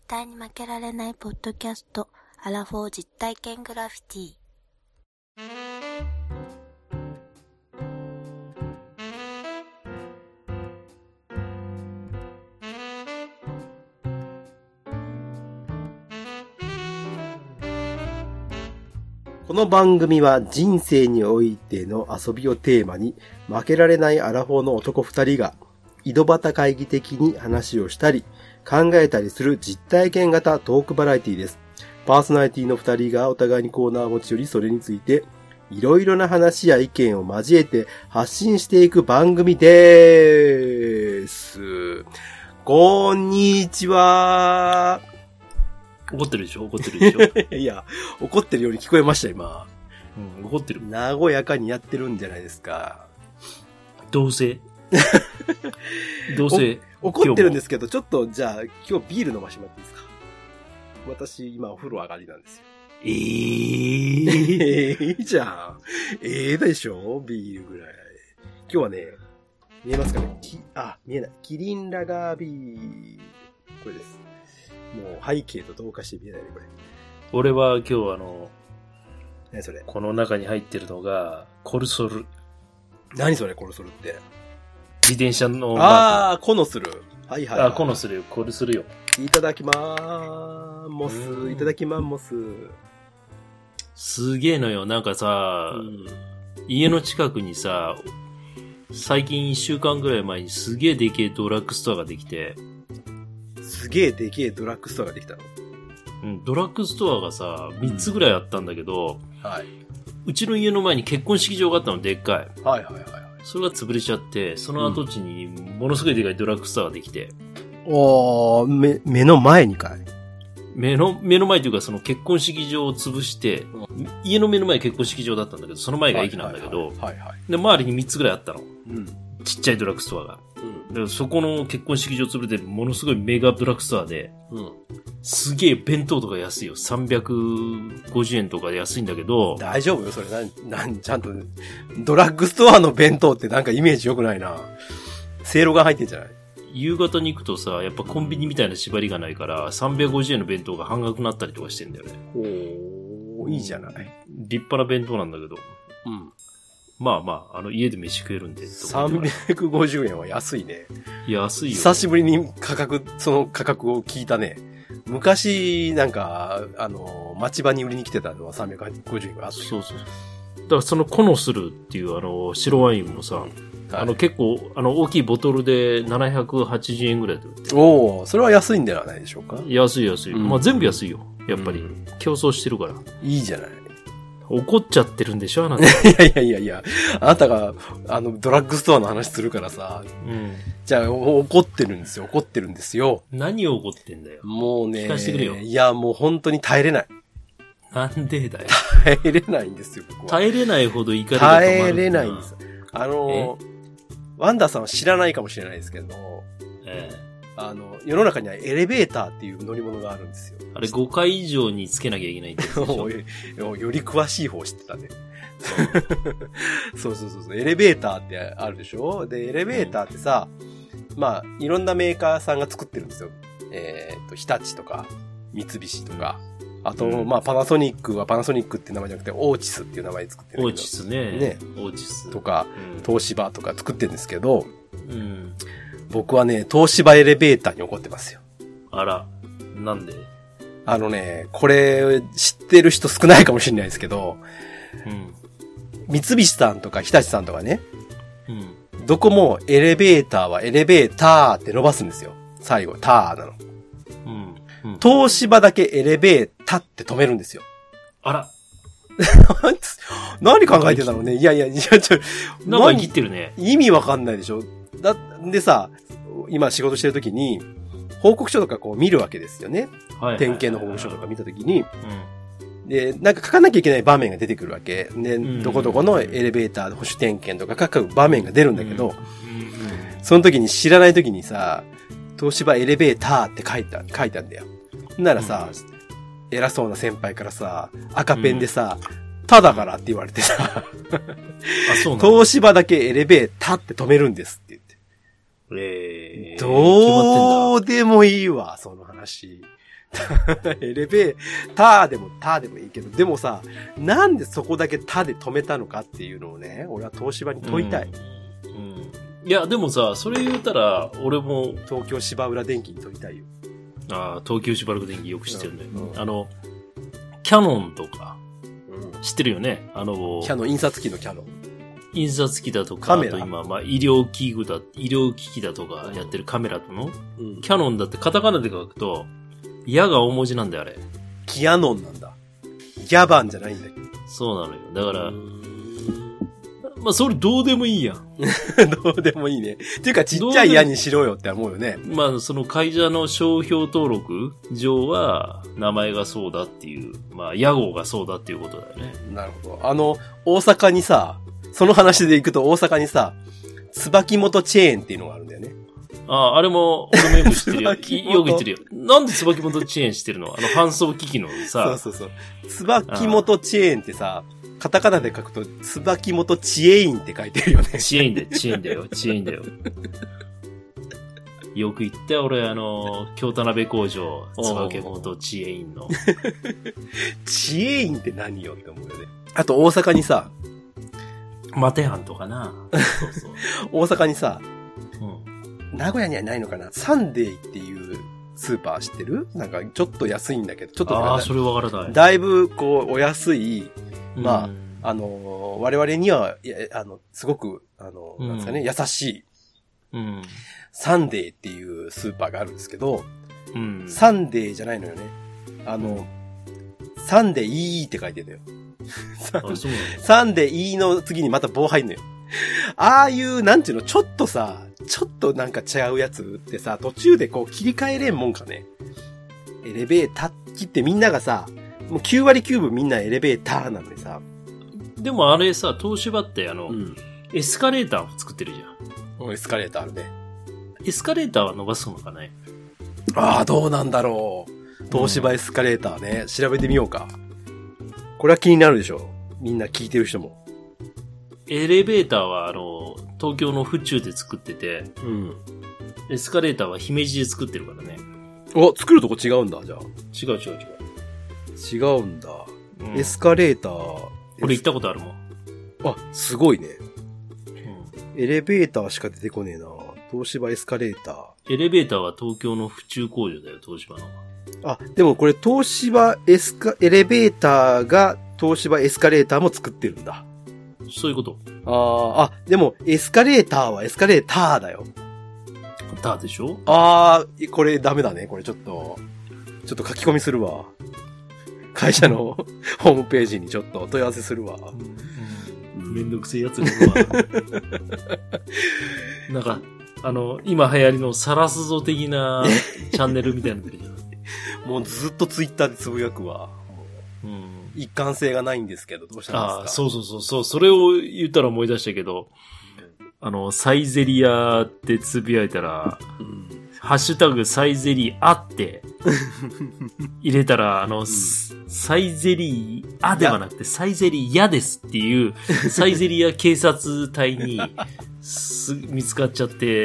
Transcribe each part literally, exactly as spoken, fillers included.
対に負けられないポッドキャスト、アラフォー実体験グラフィティ。 この番組は人生においての遊びをテーマに、負けられないアラフォーの男二人が井戸端会議的に話をしたり考えたりする実体験型トークバラエティです。パーソナリティの二人がお互いにコーナーを持ち寄り、それについていろいろな話や意見を交えて発信していく番組でーす。こんにちは。 怒ってるでしょ怒ってるでしょいや、怒ってるように聞こえました、今。 うん、怒ってる。 和やかにやってるんじゃないですか。 どうせ。どうせ。 怒ってるんですけど、ちょっと、じゃあ、今日ビール飲ましてもらっていいですか？私、今お風呂上がりなんですよ。 えー。 ええじゃん。ええでしょビールぐらい。今日はね、見えますかねきあ、見えない。キリンラガービール。これです。もう背景と同化して見えないね、これ。 俺は今日あの、 何それ？ この中に入ってるのが、コルソル。 何それ、コルソルって。 自転車の。 ああ、コノスル。はいはい、はい。 あ、コノスルよ、コルスルよ。 いただきまーモス。いただきまーモス。 すげえのよ。なんかさ、うん、家の近くにさ、最近一週間ぐらい前にすげえでけえドラッグストアができて、 すげえでけえドラッグストアができたの？ うん、ドラッグストアがさ、みっつぐらいあったんだけど、 うん、はい。 うちの家の前に結婚式場があったの、でっかい。 はいはいはい。 それが潰れちゃって、その跡地にものすごいでかいドラッグストアができて。 うん、おー、目、目の前にかい？ 目の、目の前というかその結婚式場を潰して、うん、家の目の前結婚式場だったんだけど、その前が駅なんだけど、はいはい。で、周りにみっつぐらいあったの。うん。ちっちゃいドラッグストアが。うん。で、そこの結婚式場潰れて、ものすごいメガドラッグストアで、うん。すげえ弁当とか安いよ。さんびゃくごじゅうえんとかで安いんだけど。 大丈夫よ、それ。なん、なん、ちゃんと、ドラッグストアの弁当ってなんかイメージ良くないな。せいろが入ってんじゃない？ 夕方に行くとさ、やっぱコンビニみたいな縛りがないから、さんびゃくごじゅうえんの弁当が半額になったりとかしてんだよね。 おー、いいじゃない。 立派な弁当なんだけど。うん。まあまあ、あの、家で飯食えるんで。 さんびゃくごじゅうえんは安いね。 安いよ。 久しぶりに価格、その価格を聞いたね。昔、なんか、あの、町場に売りに来てたのはさんびゃくごじゅうえんがあった。 そうそう。だからそのコノスルっていうあの、白ワインもさ、はい、あの結構、あの大きいボトルでななひゃくはちじゅうえんぐらいで売ってる。 おー、それは安いんではないでしょうか？ 安い安い。うん、まあ全部安いよ。やっぱり。競争してるから。 いいじゃない。 怒っちゃってるんでしょあなた。 いやいやいやいや、あなたが、あの、ドラッグストアの話するからさ。うん。じゃあ、怒ってるんですよ。怒ってるんですよ。 何を怒ってんだよ。 もうね。 聞かせてくれよ。 いや、もう本当に耐えれない。 なんでだよ。 耐えれないんですよ、僕は。 耐えれないほど怒りが止まる。 耐えれないんです。あの、ワンダーさんは知らないかもしれないですけど、ええ、あの、世の中にはエレベーターっていう乗り物があるんですよ。 あれごかい以上につけなきゃいけないんですよ。 より詳しい方知ってたね。そうそうそうそう。エレベーターってあるでしょ？で、エレベーターってさ、うん、まあ、いろんなメーカーさんが作ってるんですよ。えっと、日立とか、三菱とか、あと、うん、まあ、パナソニックはパナソニックっていう名前じゃなくて、オーチスっていう名前で作ってるんだけど。 オーチスね。 ね。 オーチス。 とか、うん、東芝とか作ってるんですけど、 うん、 僕はね、東芝エレベーターに怒ってますよ。 あら、なんで？ あのね、これ知ってる人少ないかもしれないですけど、うん、三菱さんとか日立さんとかね、うん、どこもエレベーターはエレベーターって伸ばすんですよ。最後、ターなの。うんうん、東芝だけエレベーターって止めるんですよ。 あら。 何考えてたのね。いやいや、いや、ちょ、 なんか生きってるね。 意味わかんないでしょ。だ、でさ、今仕事してるときに、報告書とかこう見るわけですよね。はい、点検の報告書とか見たときに、うん、で、なんか書かなきゃいけない場面が出てくるわけ。で、うん、どこどこのエレベーターで保守点検とか書く場面が出るんだけど、うんうん、その時に知らない時にさ、東芝エレベーターって書いた、書いたんだよ。ならさ、うん、偉そうな先輩からさ、赤ペンでさ、うん、ただからって言われてさ、あ、そうなんだ。東芝だけエレベーターって止めるんですって言って。えー、どうでもいいわ、その話。 エレベーターでもターでもいいけど、でもさ、なんでそこだけタで止めたのかっていうのをね、俺は東芝に問いたい。 うん。うん、いや、でもさ、それ言うたら、俺も。 東京芝浦電機に問いたいよ。 ああ、東京芝浦電機よく知ってるね。うんうん、あの、キャノンとか、うん、知ってるよね。あの、 キャノン、印刷機のキャノン。 印刷機だとか、あと今、まあ、医療器具だ、医療機器だとかやってるカメラとの、うん、キャノンだってカタカナで書くと、矢が大文字なんだよ、あれ。 キアノンなんだ。ギャバンじゃないんだよ。 そうなのよ。だから、まあ、それどうでもいいやん。 どうでもいいね。っていうか、ちっちゃい矢にしろよって思うよね。 まあ、その会社の商標登録上は、名前がそうだっていう、まあ、屋号がそうだっていうことだよね。 なるほど。あの、大阪にさ、その話で行くと大阪にさ、椿本チェーンっていうのがあるんだよね。 ああ、あれも、俺もよく知ってるよ。よく言ってるよ。なんで椿本チェーンしてるの？あの、搬送機器のさ。 そうそうそう。椿本チェーンってさ、カタカナで書くと、椿本チエインって書いてるよね。 チエインだよ、チエインだよ、チエインだよ。よく言ったよ、俺、あの、京田辺工場、椿本チエインの。 チエインって何よって思うよね。あと、大阪にさ、 マテハンとかな。そうそう。 大阪にさ、うん、名古屋にはないのかな、サンデーっていうスーパー知ってる？なんかちょっと安いんだけど、ちょっとああ、それわからない。 だいぶこうお安い、まあ、うん、あの我々にはあのすごくあの、うん、なんですかね、優しい、うん、サンデーっていうスーパーがあるんですけど、うん、サンデーじゃないのよね。あの、うん、サンデーいいって書いてるのよ。サンデーいいの次にまた棒入んのよ。ああいう、なんていうの、ちょっとさ、ちょっとなんか違うやつってさ、途中でこう切り替えれんもんかね。エレベーター切ってみんながさ、もうきゅうわりきゅうぶみんなエレベーターなんでさ。 でもあれさ、東芝ってあの、うん、エスカレーターを作ってるじゃん。エスカレーターあるね。 エスカレーターは伸ばすのかね。 ああ、どうなんだろう。東芝エスカレーターね、うん、調べてみようか。これは気になるでしょ。みんな聞いてる人も。 エレベーターはあの、東京の府中で作ってて、うん。エスカレーターは姫路で作ってるからね。 お、作るとこ違うんだ、じゃあ。 違う違う違う。 違うんだ。うん、エスカレーター。 俺行ったことあるもん。 あ、すごいね。うん。エレベーターしか出てこねえな。東芝エスカレーター。エレベーターは東京の府中工場だよ、東芝の。 あ、でもこれ東芝エスカ、エレベーターが東芝エスカレーターも作ってるんだ。 そういうこと。 ああ、あ、でもエスカレーターはエスカレーターだよ。 ターでしょ？ ああ、これダメだね。これちょっと、ちょっと書き込みするわ。会社のホームページにちょっと問い合わせするわ。 うんうん、めんどくせえやつだわ。なんか、あの、今流行りのサラスゾ的なチャンネルみたいなの出てるじゃん。 もうずっとツイッターでつぶやくわ。うん、一貫性がないんですけど、どうしたんですか？ ああ、そうそうそうそう。それを言ったら思い出したけど、うん、あの、サイゼリアってつぶやいたら、うん、ハッシュタグサイゼリアって入れたら、あの、うん、サイゼリアではなくてサイゼリアですっていうサイゼリア警察隊にす見つかっちゃって、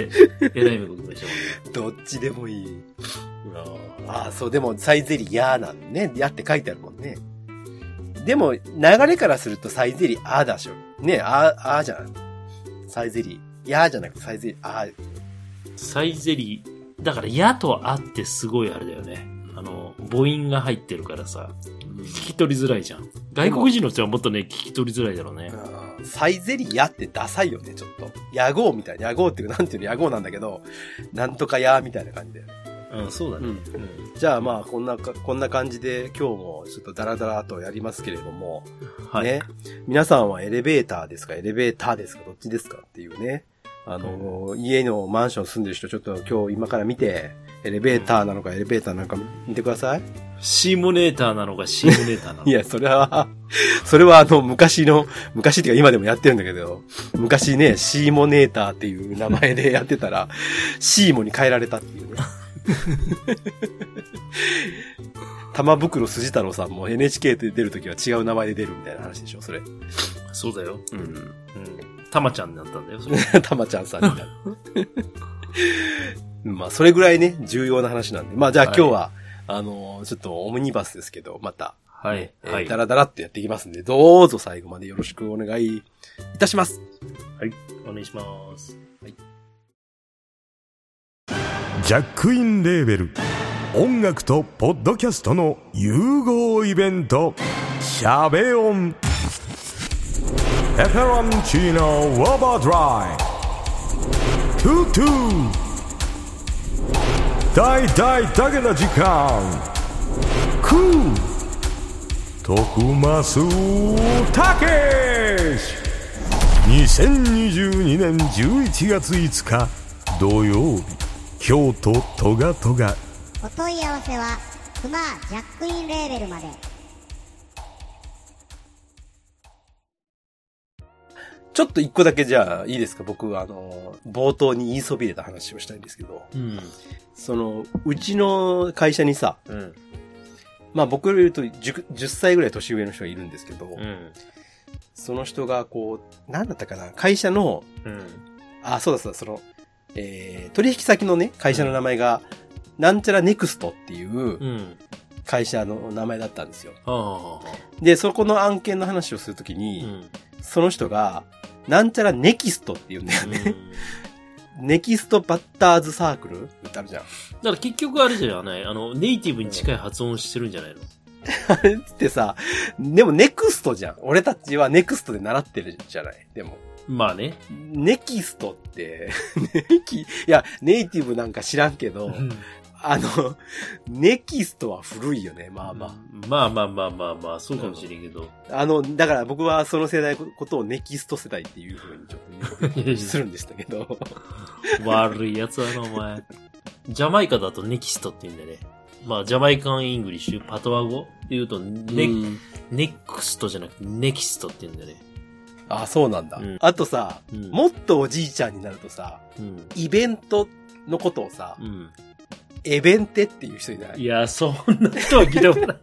えらい目ことでしょ。 どっちでもいい。ああ、そう、でも、サイゼリアなんね。やって書いてあるもんね。でも、流れからするとサイゼリアだしょ。ね、あ、あじゃん。サイゼリアじゃなくてサイゼリア。 サイゼリ、だから、やとあってすごいあれだよね。あの、母音が入ってるからさ、聞き取りづらいじゃん。外国人の人はもっとね、聞き取りづらいだろうね。 サイゼリアってダサいよね、ちょっと。野号みたいな。野号っていうか、なんていうの、野号なんだけど、なんとかやみたいな感じだよね。 うん、そうだね。うん、 じゃあまあ、こんなか、こんな感じで今日もちょっとダラダラとやりますけれども、はい。ね。皆さんはエレベーターですか、エレベーターですか、どっちですかっていうね。あの、うん、家のマンション住んでる人、ちょっと今日今から見て、エレベーターなのかエレベーターなのか見てください。 シーモネーターなのかシーモネーターなのか。 いや、それは、それはあの、昔の、昔っていうか今でもやってるんだけど、昔ね、シーモネーターっていう名前でやってたら、シーモに変えられたっていうね。玉袋筋太郎さんも エヌエイチケー で出るときは違う名前で出るみたいな話でしょ、それ。 そうだよ。うん。うん。玉ちゃんになったんだよ、それ。 玉ちゃんさんになる。まあ、それぐらいね、重要な話なんで。まあ、じゃあ今日は、 あの、ちょっとオムニバスですけど、また、 はい。 えー、はい。だらだらっとやっていきますんで、どうぞ最後までよろしくお願いいたします。 はい。お願いします。はい。 ジャックインレーベル。音楽とポッドキャストの融合イベント。シャベオン。ペペロンチーノウォーバードライ。トゥトゥ。大大だけな時間。クー。徳増たけしにせんにじゅうにねんじゅういちがついつか土曜日京都トガトガ。 お問い合わせはクマジャックインレーベルまで。 ちょっと一個だけじゃあいいですか。僕あの冒頭に言いそびれた話をしたいんですけど、うん、そのうちの会社にさ、うん、まあ僕より言うと 10, じゅっさいぐらい年上の人がいるんですけど、うん、その人がこう、なんだったかな、会社の、うん、あ、そうだそうだ、その、えー、取引先のね、会社の名前が、うん、なんちゃらネクストっていう会社の名前だったんですよ。うん、で、そこの案件の話をするときに、うん、その人が、なんちゃらネキストって言うんだよね。うん、ネキストバッターズサークルってあるじゃん。 だから結局あれじゃない、あの、ネイティブに近い発音してるんじゃないの？ あれってさ、でもネクストじゃん。俺たちはネクストで習ってるじゃない。でも。 まあね。 ネキストって、ネキ、いや、ネイティブなんか知らんけど、あの、ネキストは古いよね、まあまあ。 まあまあまあまあまあ、そうかもしれんけど。 あの、だから僕はその世代のことをネキスト世代っていう風にちょっとするんでしたけど。 悪いやつだな、お前。ジャマイカだとネキストって言うんだよね。まあ、ジャマイカンイングリッシュ、パトワ語って言うとネ、ネクストじゃなくてネキストって言うんだよね。 ああ、そうなんだ。うん、あとさ、うん、もっとおじいちゃんになるとさ、うん、イベントのことをさ、うん、エベンテっていう人いない？ いや、そんな人は聞いたことない。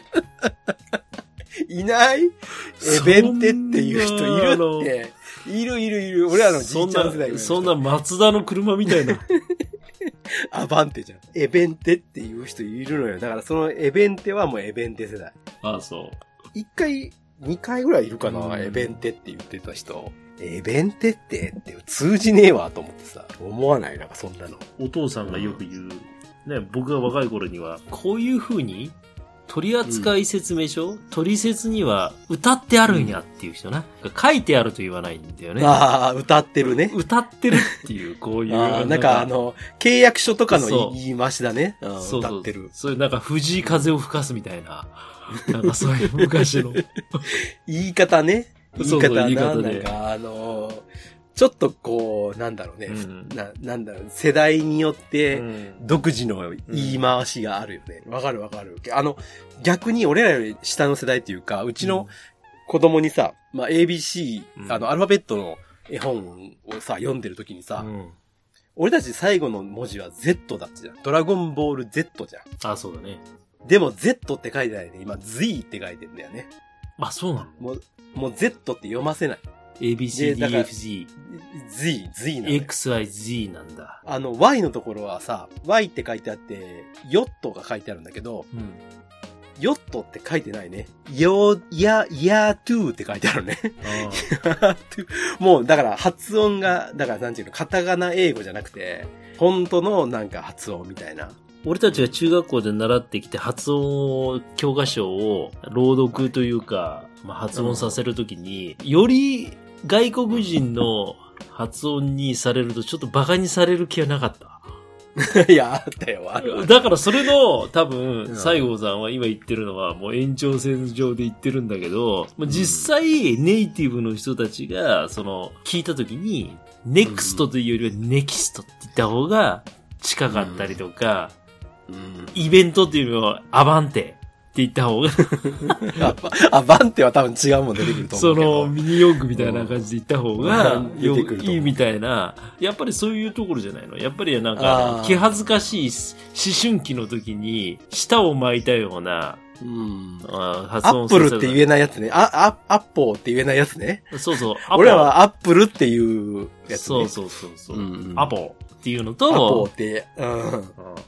いない？エベンテっていう人いるって。いるいるいる。俺らのじいちゃん世代ぐらい。 そんな、そんな松田の車みたいな。 アバンテじゃん。エベンテっていう人いるのよ。だからそのエベンテはもうエベンテ世代。 ああ、そう。 一回、二回ぐらいいるかな、うん、エベンテって言ってた人。エベンテってって通じねえわと思ってさ。思わない？なんかそんなの。 お父さんがよく言う。ね、僕が若い頃には、こういう風に、取扱説明書、うん、取説には歌ってあるんやっていう人な。うん、書いてあると言わないんだよね。 ああ、歌ってるね。 歌ってるっていう、こういう。 あなんかあの、契約書とかの言い回しだね。 そうそう歌ってる。 そういうなんか藤井風を吹かすみたいな。なんかそういう昔の。 言い方ね。言い方な。言い方で。なんかあのー、ちょっとこう、なんだろうね。うん、な、なんだろう。世代によって、独自の言い回しがあるよね。わ、うん、かるわかる。あの、逆に俺らより下の世代っていうか、うちの子供にさ、まあ、エービーシー、うん、あの、アルファベットの絵本をさ、読んでる時にさ、うん、俺たち最後の文字は Z だったじゃん。ドラゴンボール Z じゃん。 あ、そうだね。 でも Z って書いてないね。今 Z って書いてるんだよね。 あ、そうなの？ もう、もう Z って読ませない。 エービーシーディーエフジー。Z、Z なんだ。 エックスワイゼット なんだ。 あの、Y のところはさ、Y って書いてあって、ヨットが書いてあるんだけど、うん、ヨットって書いてないね。よ、や、やトゥーって書いてあるね。もう、だから発音が、だからなんていうの、カタカナ英語じゃなくて、本当のなんか発音みたいな。 俺たちが中学校で習ってきて発音教科書を朗読というか、まあ、発音させるときに、うん、より外国人の発音にされるとちょっとバカにされる気はなかった。 いや、あったよ、あるある。 だからそれの多分、西郷さんは今言ってるのはもう延長線上で言ってるんだけど、うん、実際ネイティブの人たちがその聞いたときに、ネクストというよりはネキストって言った方が近かったりとか、うんうん、イベントっていうのはアバンテって言った方がアバンテは多分違うもん出てくると思うけど。 そのミニ四駆みたいな感じで言った方が、うん、よいいみたいな。やっぱりそういうところじゃないの。やっぱりなんか、気恥ずかしい思春期の時に舌を巻いたような、 うん、あ発音アップルって言えないやつね。あ、あ、アッポーって言えないやつね。 そうそう。 俺らはアップルっていうやつね。 そうそうそうそう、うんうん。アポーっていうのと、 アポーって、うん。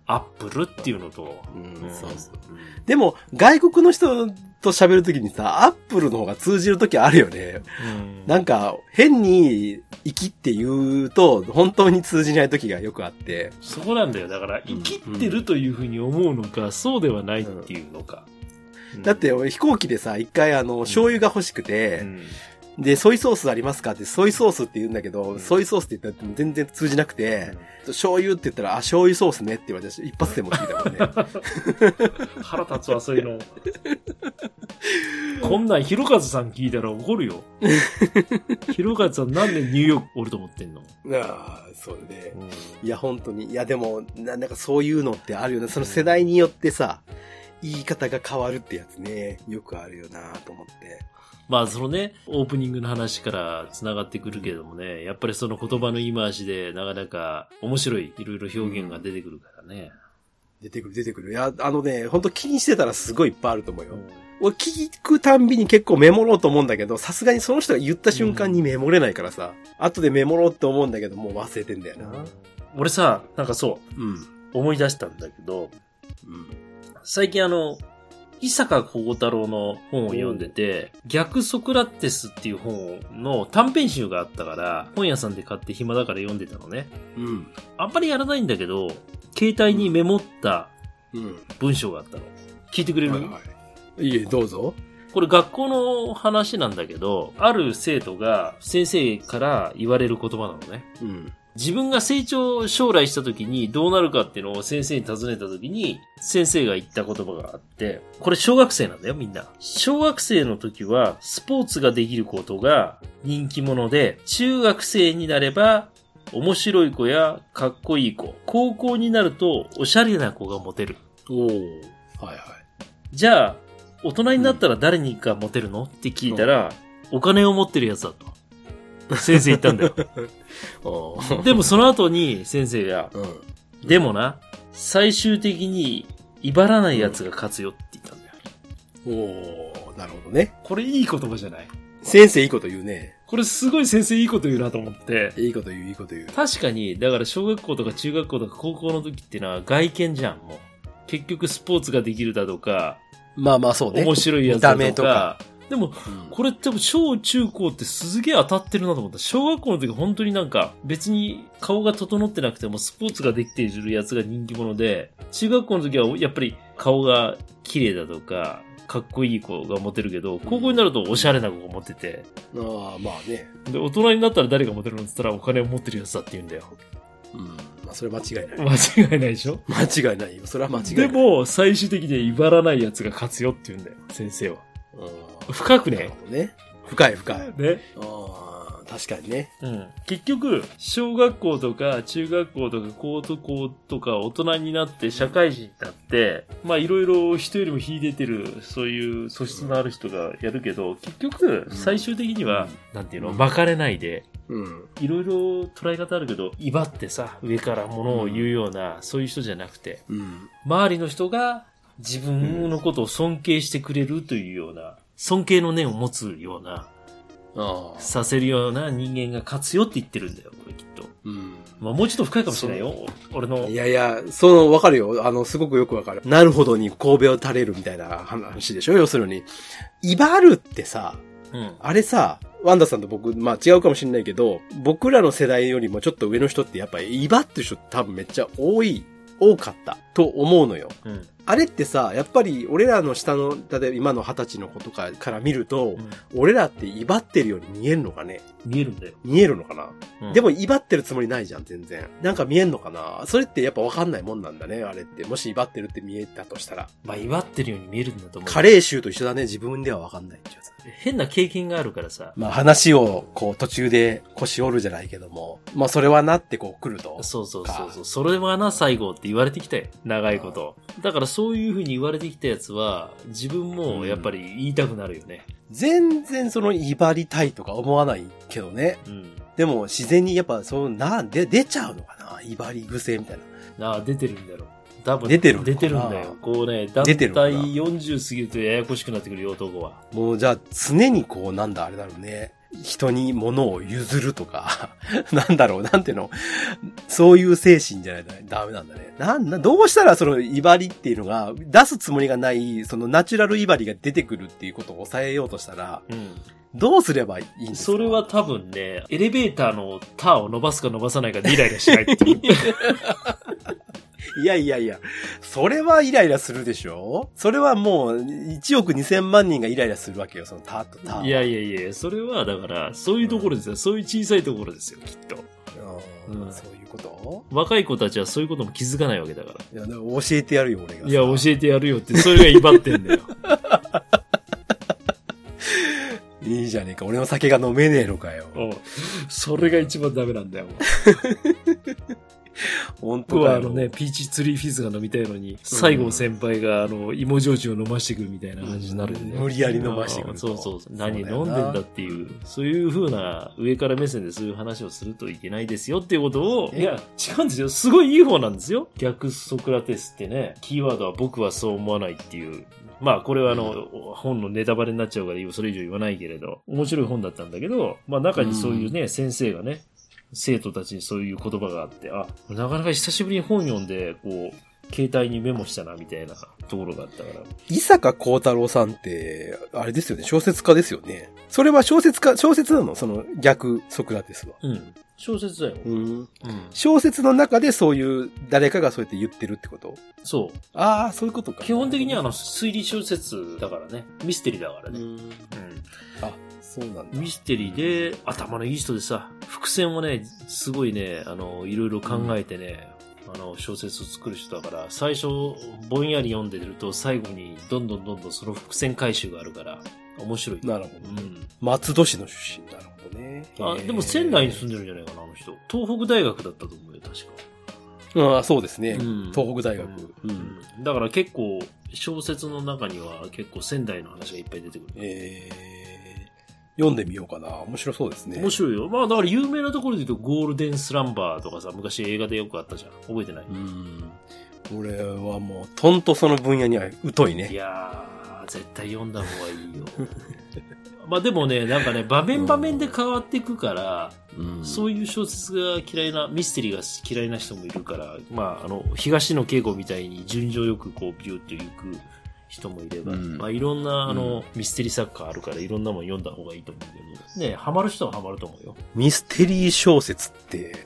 アップルっていうのと。 うん、うん、そうそう。でも、外国の人と喋るときにさ、アップルの方が通じるときあるよね。うん、なんか、変に、生きって言うと、本当に通じないときがよくあって。 そこなんだよ。だから、生きってるというふうに思うのか、うん、そうではないっていうのか。 うん、だって、俺飛行機でさ、一回あの、醤油が欲しくて、うんうん、で、ソイソースありますかって、ソイソースって言うんだけど、うん、ソイソースって言ったら全然通じなくて、うん、醤油って言ったら、あ、醤油ソースねって言われて、一発でも聞いたもんね。 腹立つわ、そういうの。こんなん、ひろかずさん聞いたら怒るよ。ひろかずさんなんでニューヨークおると思ってんの？ ああ、そうね、うん。いや、本当に。いや、でも、なんかそういうのってあるよね。その世代によってさ、言い方が変わるってやつね、よくあるよなと思って。 まあそのね、オープニングの話から繋がってくるけれどもね、やっぱりその言葉の言い回しでなかなか面白いいろいろ表現が出てくるからね。 うん、出てくる出てくる。いや、あのね、ほんと気にしてたらすごいいっぱいあると思うよ。うん、俺聞くたんびに結構メモろうと思うんだけど、さすがにその人が言った瞬間にメモれないからさ、うん、後でメモろうって思うんだけど、もう忘れてんだよな。 俺さ、なんかそう、うん、思い出したんだけど、うん、最近あの、伊坂幸太郎の本を読んでて、逆ソクラテスっていう本の短編集があったから、本屋さんで買って暇だから読んでたのね。うん。あんまりやらないんだけど、携帯にメモった文章があったの。聞いてくれる？はいはい。 いいえ、どうぞ。 これ学校の話なんだけど、ある生徒が先生から言われる言葉なのね。うん。自分が成長、将来した時にどうなるかっていうのを先生に尋ねた時に、先生が言った言葉があって、これ小学生なんだよ、みんな。小学生の時は、スポーツができることが人気者で、中学生になれば、面白い子やかっこいい子、高校になると、おしゃれな子がモテる。 おー。はいはい。 じゃあ、大人になったら誰にかモテるのって聞いたら、うん、お金を持ってるやつだと。先生言ったんだよ。でもその後に先生が、うん、でもな、最終的に威張らない奴が勝つよって言ったんだよ。 うん、おー、なるほどね。 これいい言葉じゃない？ 先生いいこと言うね。 これすごい先生いいこと言うなと思って。 いいこと言う、いいこと言う。 確かに、だから小学校とか中学校とか高校の時ってのは外見じゃん、もう。結局スポーツができるだとか、 まあまあそうね。 面白いやつだとか。見た目とか。でも、うん、これって小中高ってすげえ当たってるなと思った。小学校の時本当になんか別に顔が整ってなくてもスポーツができているやつが人気者で、中学校の時はやっぱり顔が綺麗だとか、かっこいい子がモテるけど、高校になるとおしゃれな子がモテて。 うん、ああ、まあね。 で、大人になったら誰がモテるのって言ったらお金を持ってるやつだって言うんだよ。 うん。まあそれは間違いない。 間違いないでしょ？ 間違いないよ。それは間違いない。 でも、最終的には威張らないやつが勝つよって言うんだよ、先生は。うん、深くね。 なるほどね。深い深い。 ね。 ああ、確かにね。 うん。結局、小学校とか中学校とか高校とか大人になって社会人になって、まあいろいろ人よりも秀でてる、そういう素質のある人がやるけど、結局、最終的には、うん、なんていうの、巻かれないで、うん。いろいろ捉え方あるけど、威張ってさ、上から物を言うような、うん、そういう人じゃなくて、うん、周りの人が自分のことを尊敬してくれるというような、尊敬の念を持つような、ああさせるような人間が勝つよって言ってるんだよ、これきっと。うん。まあもうちょっと深いかもしれないよ、俺の。 いやいや、その、わかるよ。あの、すごくよくわかる。なるほどに神戸を垂れるみたいな話でしょ、要するに。威張るってさ、うん、あれさ、ワンダさんと僕、まあ違うかもしれないけど、僕らの世代よりもちょっと上の人ってやっぱり威張ってる人多分めっちゃ多い、多かったと思うのよ。うん、あれってさ、やっぱり俺らの下の、例えば今の二十歳の子とかから見ると、うん、俺らって威張ってるように見えるのかね？ 見えるんだよ。 見えるのかな、うん、でも威張ってるつもりないじゃん、全然。なんか見えんのかな？それってやっぱ分かんないもんなんだね、あれって。もし威張ってるって見えたとしたら。 まあ威張ってるように見えるんだと思う。 加齢臭と一緒だね、自分では分かんないってやつ。 変な経験があるからさ。 まあ話をこう途中で腰折るじゃないけども、まあそれはなってこう来ると。 そうそうそうそう。それはな最後って言われてきたよ。長いこと。だからそういう風に言われてきたやつは自分もやっぱり言いたくなるよね。 うん、全然その威張りたいとか思わないけどね。うん、でも自然にやっぱそのなんで出ちゃうのかな、威張り癖みたいな。 ああ出てるんだろう。多分出てるんだ出てるんだよ。こうね、だいたいよんじゅう過ぎるとややこしくなってくるよ、男は。 もうじゃあ常にこうなんだあれだろうね。 人に物を譲るとか、なんだろう、なんていうの、そういう精神じゃないとダメなんだね。なんだ、どうしたらその威張りっていうのが、出すつもりがない、そのナチュラル威張りが出てくるっていうことを抑えようとしたら、うん、どうすればいいんですか？ それは多分ね、エレベーターのターを伸ばすか伸ばさないかでイライラしないっていう。 いやいやいや、それはイライラするでしょ？それはもういちおくにせんまんにんがイライラするわけよ、そのターとター。 いやいやいや、それはだからそういうところですよ、うん、そういう小さいところですよ、きっと。 うん、そういうこと？ 若い子たちはそういうことも気づかないわけだから。 いや、でも教えてやるよ、俺が。 いや、教えてやるよって、それが威張ってんだよ。 いいじゃねえか、俺の酒が飲めねえのかよ。 それが一番ダメなんだよ。 本当だよ。 僕はあのね、ピーチツリーフィズが飲みたいのに、西郷先輩があの、芋焼酎を飲ましてくるみたいな感じになるんで、ね、 無理やり飲ましてくる。 そうそうそう。何飲んでんだっていう、そういう風な上から目線でそういう話をするといけないですよっていうことを、いや、違うんですよ。すごいいい方なんですよ。逆ソクラテスってね、キーワードは僕はそう思わないっていう。まあこれはあの、うん、本のネタバレになっちゃうからそれ以上言わないけれど、面白い本だったんだけど、まあ中にそういうね、うん、先生がね、生徒たちにそういう言葉があって、あ、なかなか久しぶりに本読んで、こう、携帯にメモしたな、みたいなところがあったから。 伊坂幸太郎さんって、あれですよね、小説家ですよね。それは小説家、小説なの？その逆ソクラテスは。 うん。小説だよ。うん。うん、 小説の中でそういう、誰かがそうやって言ってるってこと？ そう。 ああ、そういうことか。 基本的にはあの、推理小説だからね。ミステリーだからね。うん。うん、 あ、そうなんだ。 ミステリーで、頭のいい人でさ、伏線をね、すごいね、あの、いろいろ考えてね、うん、あの、小説を作る人だから、最初、ぼんやり読んでると、最後に、どんどんどんどんその伏線回収があるから、面白い。 なるほど。うん。松戸市の出身。なるほどね。 あ、でも仙台に住んでるんじゃないかな、あの人。東北大学だったと思うよ、確か。ああ、そうですね。うん、東北大学、うんうん。だから結構、小説の中には結構仙台の話がいっぱい出てくる。 えー、読んでみようかな。面白そうですね。 面白いよ。まあだから有名なところで言うとゴールデンスランバーとかさ、昔映画でよくあったじゃん。覚えてない？うん。 俺はもう、とんとその分野には疎いね。 いやー、絶対読んだ方がいいよ。まあでもね、なんかね、場面場面で変わっていくから、うん、そういう小説が嫌いな、ミステリーが嫌いな人もいるから、まあ、あの、東野圭吾みたいに順序よくこう、ビューッと行く人もいれば、うん、まあいろんな、あの、うん、ミステリー作家あるから、いろんなもん読んだ方がいいと思うけど、ね、ハマる人はハマると思うよ。 ミステリー小説って、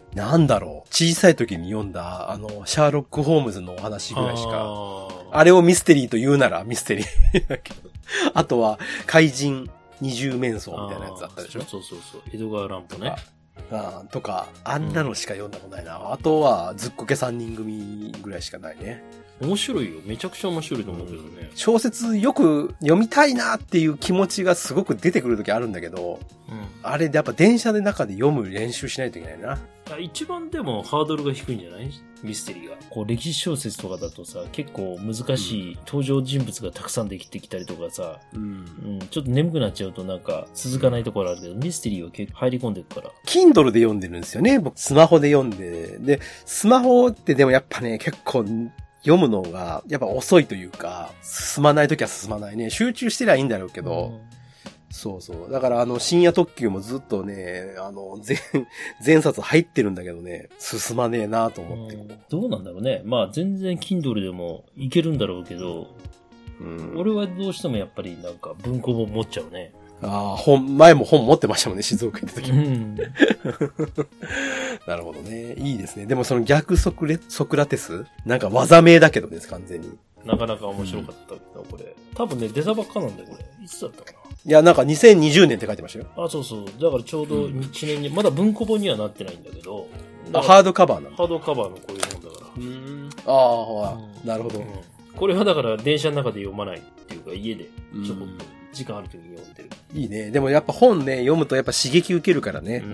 なんだろう。小さい時に読んだ、あの、シャーロック・ホームズのお話ぐらいしか、あ, あれをミステリーと言うならミステリーだけど、あとは、怪人、二重面相みたいなやつあったでしょ。 そうそうそう。江戸川乱歩ね。 あとか、あんなのしか読んだことないな。うん、あとは、ずっこけ三人組ぐらいしかないね。 面白いよ。めちゃくちゃ面白いと思うけどね。 小説よく読みたいなっていう気持ちがすごく出てくるときあるんだけど、うん、あれでやっぱ電車で中で読む練習しないといけないな。 一番でもハードルが低いんじゃない？ミステリーが。こう歴史小説とかだとさ、結構難しい登場人物がたくさんできてきたりとかさ、うんうん、ちょっと眠くなっちゃうとなんか続かないところあるけど、ミステリーは結構入り込んでいくから。 Kindle で読んでるんですよね。僕スマホで読んで。で、スマホってでもやっぱね、結構読むのがやっぱ遅いというか、進まないときは進まないね。集中してりゃいいんだろうけど、うん、そうそう。だからあの深夜特急もずっとね、あの全、全冊入ってるんだけどね、進まねえなと思って、うん。 どうなんだろうね。まあ全然 Kindle でもいけるんだろうけど、うん、俺はどうしてもやっぱりなんか文庫本持っちゃうね。 ああ、本、前も本持ってましたもんね、静岡行った時。うん、なるほどね。いいですね。でもその逆ソクレ、ソクラテスなんか技名だけどね、完全に。 なかなか面白かったけど、これ。多分ね、出たばっかなんだよ、これ。いつだったかな。 いや、なんかにせんにじゅうねんって書いてましたよ。 あ、そうそう。だからちょうどいちねんに、うん、まだ文庫本にはなってないんだけど。 あ、ハードカバーなの？ ハードカバーのこういう本だから。うーん。ああ、うん、なるほど、うん。 これはだから電車の中で読まないっていうか、家でちょこっと時間ある時に読んでる。 いいね。でもやっぱ本ね、読むとやっぱ刺激受けるからね。うん。うん。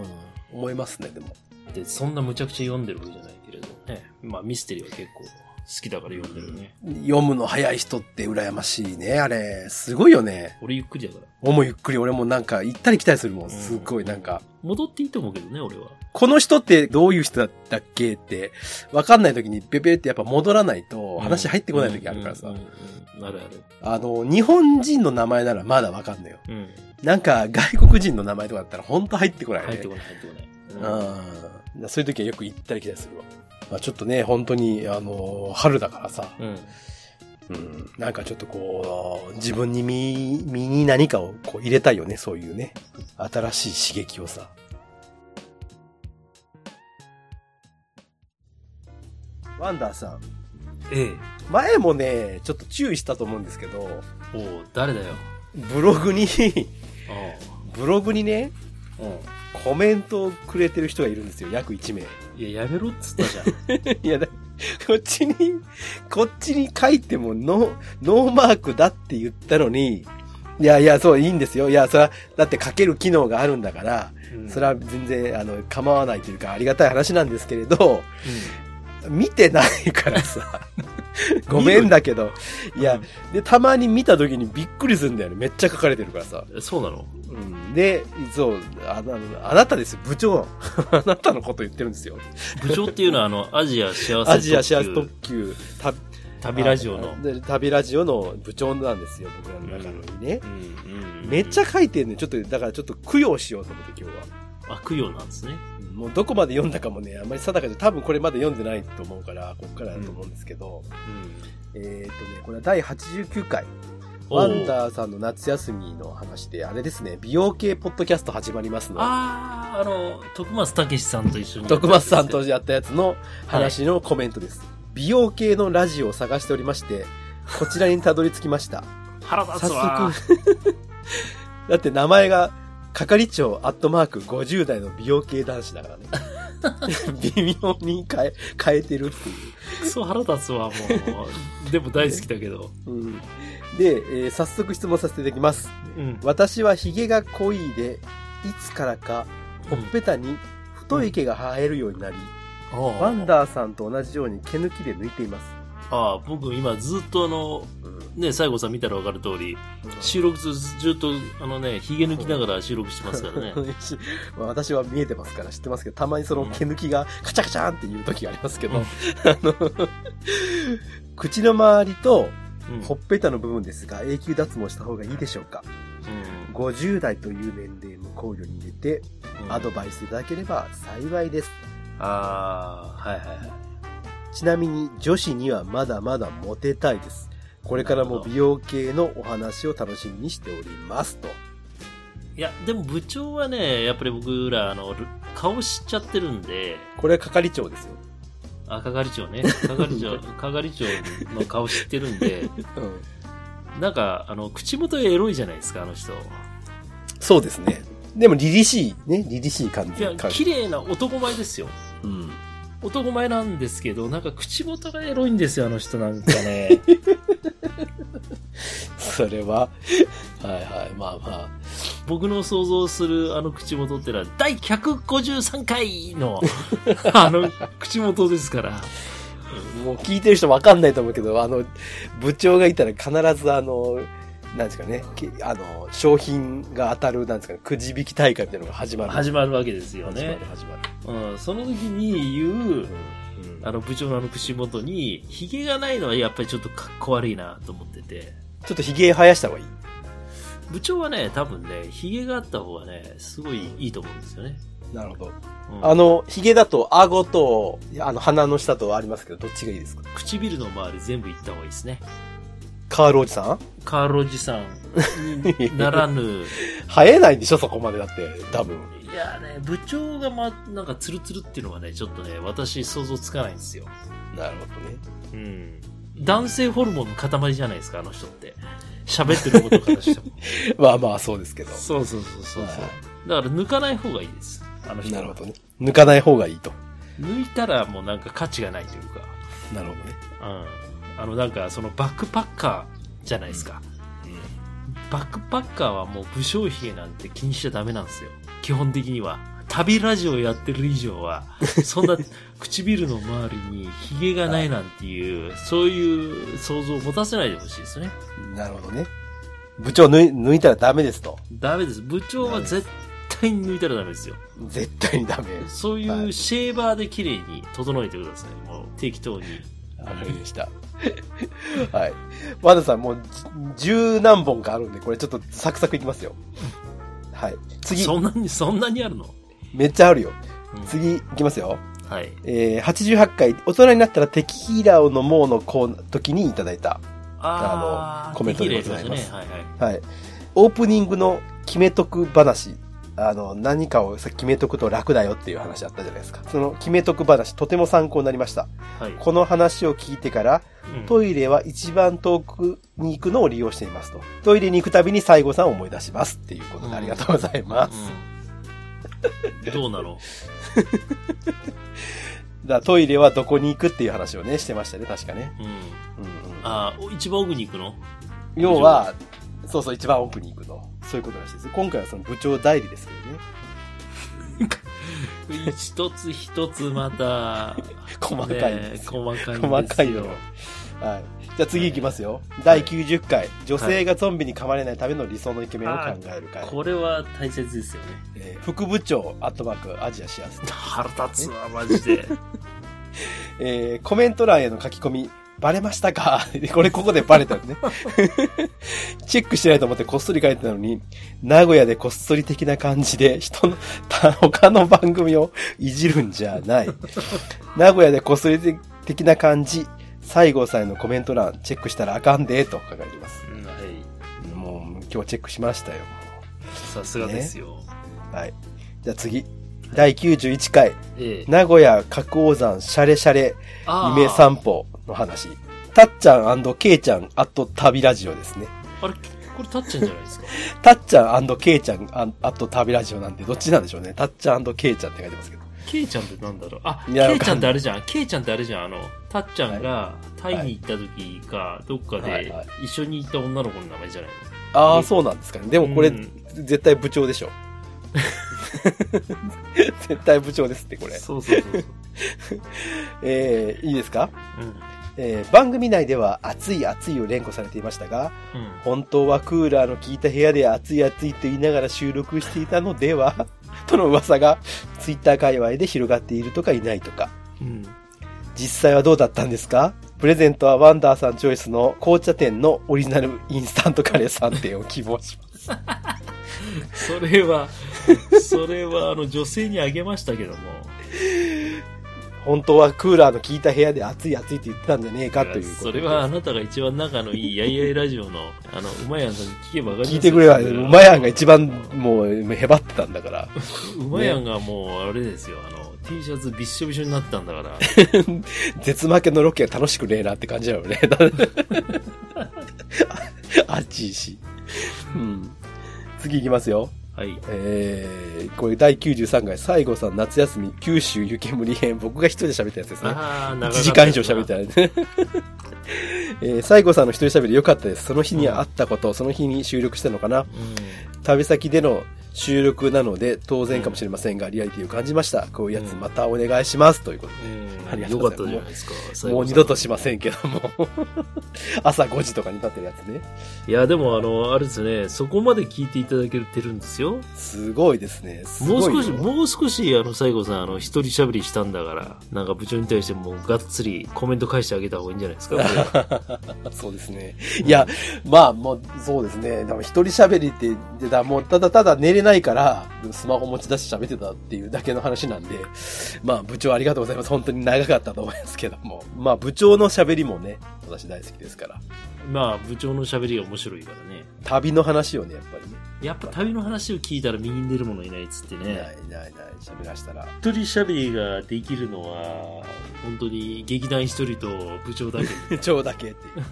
思いますね、でも。 で、そんな無茶苦茶読んでるわけじゃないけれどね。まあミステリーは結構好きだから読んでるね。 読むの早い人って羨ましいね、あれ。すごいよね。 俺ゆっくりだから。 俺もゆっくり、俺もなんか行ったり来たりするもん。すっごいなんか。 戻っていいと思うけどね、俺は。 この人ってどういう人だったっけって、わかんない時にペペってやっぱ戻らないと話入ってこない時あるからさ。あるある。 あの、日本人の名前ならまだわかんないよ。うん、なんか外国人の名前とかだったらほんと入ってこないね。 入ってこない、入ってこない。 うん。そういう時はよく行ったり来たりするわ。まあ、ちょっとね、本当に、あの、春だからさ、うん、うん、なんかちょっとこう、自分に身、身に何かをこう入れたいよね、そういうね、新しい刺激をさ。ワンダーさん。 ええ。 前もね、ちょっと注意したと思うんですけど、おう、 誰だよ。 ブログに、ブログにね、コメントをくれてる人がいるんですよ、約いちめい。 いや、やめろっつったじゃん。いやだ、こっちに、こっちに書いてもノー、ノーマークだって言ったのに、いやいや、そう、いいんですよ。いや、それは、だって書ける機能があるんだから、うん、それは全然、あの、構わないというか、ありがたい話なんですけれど、うん、見てないからさ。ごめんだけど。いや、で、たまに見た時にびっくりするんだよね。めっちゃ書かれてるからさ。 そうなの？ うん。で、そう、あの、あなたですよ、部長。あなたのこと言ってるんですよ。 部長っていうのは、あの、アジア幸せ特急。 アジア幸せ特急、た旅ラジオの。 旅ラジオの部長なんですよ、僕らの中のにね。うんうんうん、めっちゃ書いてるね。ちょっと、だからちょっと供養しようと思って今日は。あ、供養なんですね。 もうどこまで読んだかもね、あんまり定かで、多分これまで読んでないと思うから、こっからだと思うんですけど、うんうん、えっとね、これはだいはちじゅうきゅうかい、ワンダーさんの夏休みの話で、あれですね、美容系ポッドキャスト始まりますの。 ああ、あの、徳松武史さんと一緒に。 徳松さんとやったやつの話のコメントです。はい、美容系のラジオを探しておりまして、こちらにたどり着きました。 腹立つわ。 早速。だって名前が、係長アットマークごじゅう代の美容系男子だからね。微妙に変え、変えてるっていう。 クソ腹立つわ、もう。でも大好きだけど。 うん、で、えー、早速質問させていただきます。うん、私は髭が濃いで、いつからか、ほっぺたに太い毛が生えるようになり、うん、ワンダーさんと同じように毛抜きで抜いています。 ああ、僕今ずっとあの、ね、西郷さん見たらわかる通り、収録ずずっとあのね、髭抜きながら収録してますからね。 私は見えてますから知ってますけど、たまにその毛抜きがカチャカチャーンっていう時がありますけど、うん、あの口の周りとほっぺたの部分ですが、永久脱毛した方がいいでしょうか。うん、ごじゅう代という年齢も考慮に入れて、アドバイスいただければ幸いです。 ああ、はいはいはい。 ちなみに女子にはまだまだモテたいです。これからも美容系のお話を楽しみにしておりますと。 いや、でも部長はね、やっぱり僕ら、あの、顔知っちゃってるんで。 これは係長ですよ。 あ、係長ね。係長、係長の顔知ってるんで。うん、なんか、あの、口元エロいじゃないですか、あの人。 そうですね。でも、凛々しい、ね、凛々しい感じ。 いや、綺麗な男前ですよ。うん。男前なんですけど、なんか口元がエロいんですよ、あの人なんかね。 それは、はいはい、まあまあ。 僕の想像するあの口元ってのは、だいひゃくごじゅうさんかいの、あの口元ですから。 もう聞いてる人わかんないと思うけど、あの、部長がいたら必ずあの、なんですかね、あの、商品が当たる、なんですかね、くじ引き大会みたいなのが始まる。 始まるわけですよね。 始まる、始まる。 うん、その時に言う、うんうん、あの、部長のあの口元に、髭がないのはやっぱりちょっとかっこ悪いなと思ってて。 ちょっと髭生やした方がいい？ 部長はね、多分ね、髭があった方がね、すごいいいと思うんですよね。 なるほど。うん、あの、髭だと、顎と、あの、鼻の下とありますけど、どっちがいいですか？ 唇の周り全部いった方がいいですね。 カールおじさんカールおじさんにならぬ。 生えないんでしょそこまでだって、多分。 いやね、部長がま、なんかツルツルっていうのはね、ちょっとね、私想像つかないんですよ。 なるほどね。 うん。男性ホルモンの塊じゃないですか、あの人って。喋ってることからしても。 まあまあ、そうですけど。 そうそうそうそう。はい、だから抜かない方がいいです。あの人。 なるほどね。抜かない方がいいと。 抜いたらもうなんか価値がないというか。 なるほどね。 うん。あのなんかそのバックパッカーじゃないですか、うんうん、バックパッカーはもう武将髭なんて気にしちゃダメなんですよ基本的には旅ラジオやってる以上は、そんな唇の周りに髭がないなんていう、そういう想像を持たせないでほしいですね。 なるほどね。部長抜い、抜いたらダメですと。 ダメです。部長は絶対に抜いたらダメですよ。 絶対にダメ。 そういうシェーバーで綺麗に整えてください。もう適当に。 わかりました。はい。ワンダさんもう十何本かあるんで、これちょっとサクサクいきますよ。はい。次。 そんなに、そんなにあるの？ めっちゃあるよ。 うん、 次、いきますよ。 はい。 えー、はちじゅうはちかい、大人になったらテキーラを飲もうのこう時にいただいた、あの、コメントでございます。ね、はいはい。はい。オープニングの決めとく話、あの、何かを決めとくと楽だよっていう話あったじゃないですか。その決めとく話、とても参考になりました。はい。この話を聞いてから、うん、トイレは一番遠くに行くのを利用していますと。トイレに行くたびに西郷さんを思い出しますっていうことでありがとうございます。 うんうん、どうなのだトイレはどこに行くっていう話をね、してましたね、確かね。うん。うんうん、 ああ、一番奥に行くの？ 要は、そうそう、一番奥に行くの。そういうことらしいです。今回はその部長代理ですけどね。一つ一つまた、 細かいです。 細かいですよ。 細かいよ。はい。じゃあ次行きますよ。だいきゅうじゅっかい、女性がゾンビに噛まれないための理想のイケメンを考える会。 これは大切ですよね。 えー、副部長、アットマーク、アジアシアス。 腹立つわ、マジで。 えー、コメント欄への書き込み、バレましたかこれここでバレたよね。チェックしてないと思ってこっそり書いてたのに、名古屋でこっそり的な感じで人の、他の番組をいじるんじゃない。名古屋でこっそり的な感じ、西郷さんへのコメント欄チェックしたらあかんで、と書かれています。うん、はい。もう今日チェックしましたよ。 さすがですよ、ね。 はい。じゃあ次。だいきゅうじゅういっかい、ええ、名古屋角王山シャレシャレ夢散歩の話。たっちゃん&ケイちゃんあと旅ラジオですね。 あれ、これたっちゃんじゃないですか。 たっちゃん&ケイちゃんあと旅ラジオなんでどっちなんでしょうね。たっちゃん&ケイちゃんって書いてますけど。 ケイちゃんってなんだろう。あ、ケイちゃんってあれじゃん。ケイちゃんってあれじゃん。あの、たっちゃんがタイに行った時か、どっかで一緒に行った女の子の名前じゃないの。 ああ、そうなんですかね。でもこれ、うん、絶対部長でしょ。絶対部長ですってこれ。 そうそうそうそう。 えー、いいですか、うんえー、番組内では暑い暑いを連呼されていましたが、うん、本当はクーラーの効いた部屋で暑い暑いと言いながら収録していたのではとの噂がツイッター界隈で広がっているとかいないとか、うん、実際はどうだったんですか？プレゼントはワンダーさんチョイスの紅茶店のオリジナルインスタントカレーさん店を希望しますそれはそれはあの女性にあげましたけども、 本当はクーラーの効いた部屋で暑い暑いって言ってたんじゃねえかということ。 それはあなたが一番仲のいいやいやいラジオのあのうまやんさんに聞けば分かりますよ。 聞いてくれば、うまやんが一番もうへばってたんだから。 うまやんがもうあれですよ、あの T シャツびっしょびしょになったんだから。 絶負けのロケは楽しくねえなって感じだよね。暑いし。うん。次行きますよ。はい。えー、これだいきゅうじゅうさんかい、西郷さん夏休み、九州湯煙編、僕が一人で喋ったやつですね。ああ、いちじかん以上喋ったやつね。えー、西郷さんの一人喋り良かったです。その日にあったこと、うん、その日に収録したのかな。うん、旅先での収録なので当然かもしれませんが、うん、リアリティを感じました。こういうやつまたお願いします、うん、ということで、 うん、ありがとうございます。よかったじゃないですか。 もう二度としませんけども朝ごじとかに立ってるやつね。 いやでもあのあれですね、そこまで聞いていただけてるんですよ。 すごいですね。すごいもう少しもう少しあの西郷さんあの一人喋りしたんだから、なんか部長に対してもうがっつりコメント返してあげた方がいいんじゃないですか。 そうですね。いや、うん、まあもうそうですね。でも一人喋りってだもうただただ寝れないからスマホ持ち出して喋ってたっていうだけの話なんで、まあ部長ありがとうございます。本当に長かったと思いますけども、まあ部長の喋りもね、私大好きですから。 まあ部長の喋りが面白いからね。 旅の話をね、やっぱりね。 やっぱ旅の話を聞いたら右に出る者いないっつってね。 いないいないいない喋らしたら。 一人喋りができるのは本当に劇団一人と部長だけ。 部長だけっていうね。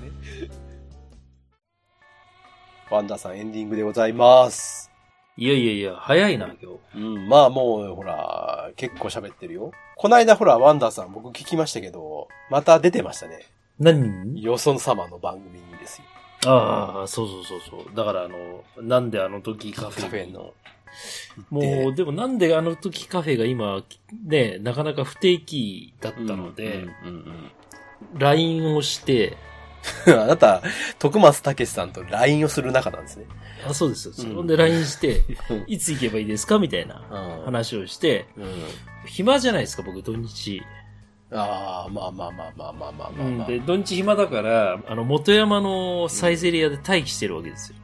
ワンダーさんエンディングでございます。 いやいやいや、早いな、今日。うん、まあもう、ほら、結構喋ってるよ。こないだほら、ワンダーさん僕聞きましたけど、また出てましたね。 何？ よそ様の番組にですよ。 ああ、そうそうそうそう。だからあの、なんであの時カフェ。カフェの。もう、でもなんであの時カフェが今、ね、なかなか不定期だったので、うんうんうんうん、ライン をして、 あなた、徳松武さんと ライン をする仲なんですね。 あ、そうですよ。そんで ライン して、いつ行けばいいですかみたいな話をして、うんうん、暇じゃないですか、僕、土日。 ああ、まあまあまあまあまあまあまあ、まあ、 で、土日暇だから、あの、元山のサイゼリアで待機してるわけですよ。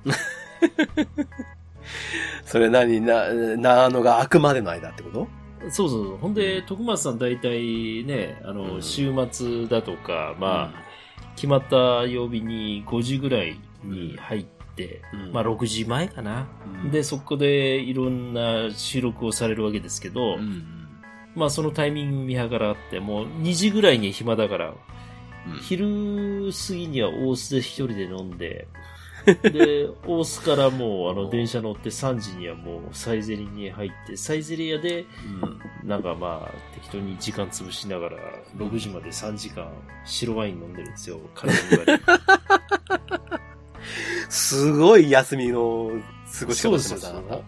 それ何な、なのが開くまでの間ってこと？ そうそうそう。ほんで、徳松さん大体ね、あの、うん、週末だとか、まあ、うん、決まった曜日にごじぐらいに入って、うん、まあろくじまえかな、うん。で、そこでいろんな収録をされるわけですけど、うん、まあそのタイミング見計らって、もうにじぐらいに暇だから、うん、昼過ぎには大須で一人で飲んで、で、大須からもうあの電車乗ってさんじにはもうサイゼリに入って、サイゼリアで、なんかまあ適当に時間潰しながらろくじまでさんじかん白ワイン飲んでるんですよ、体に言われて。 すごい休みの過ごし方してました。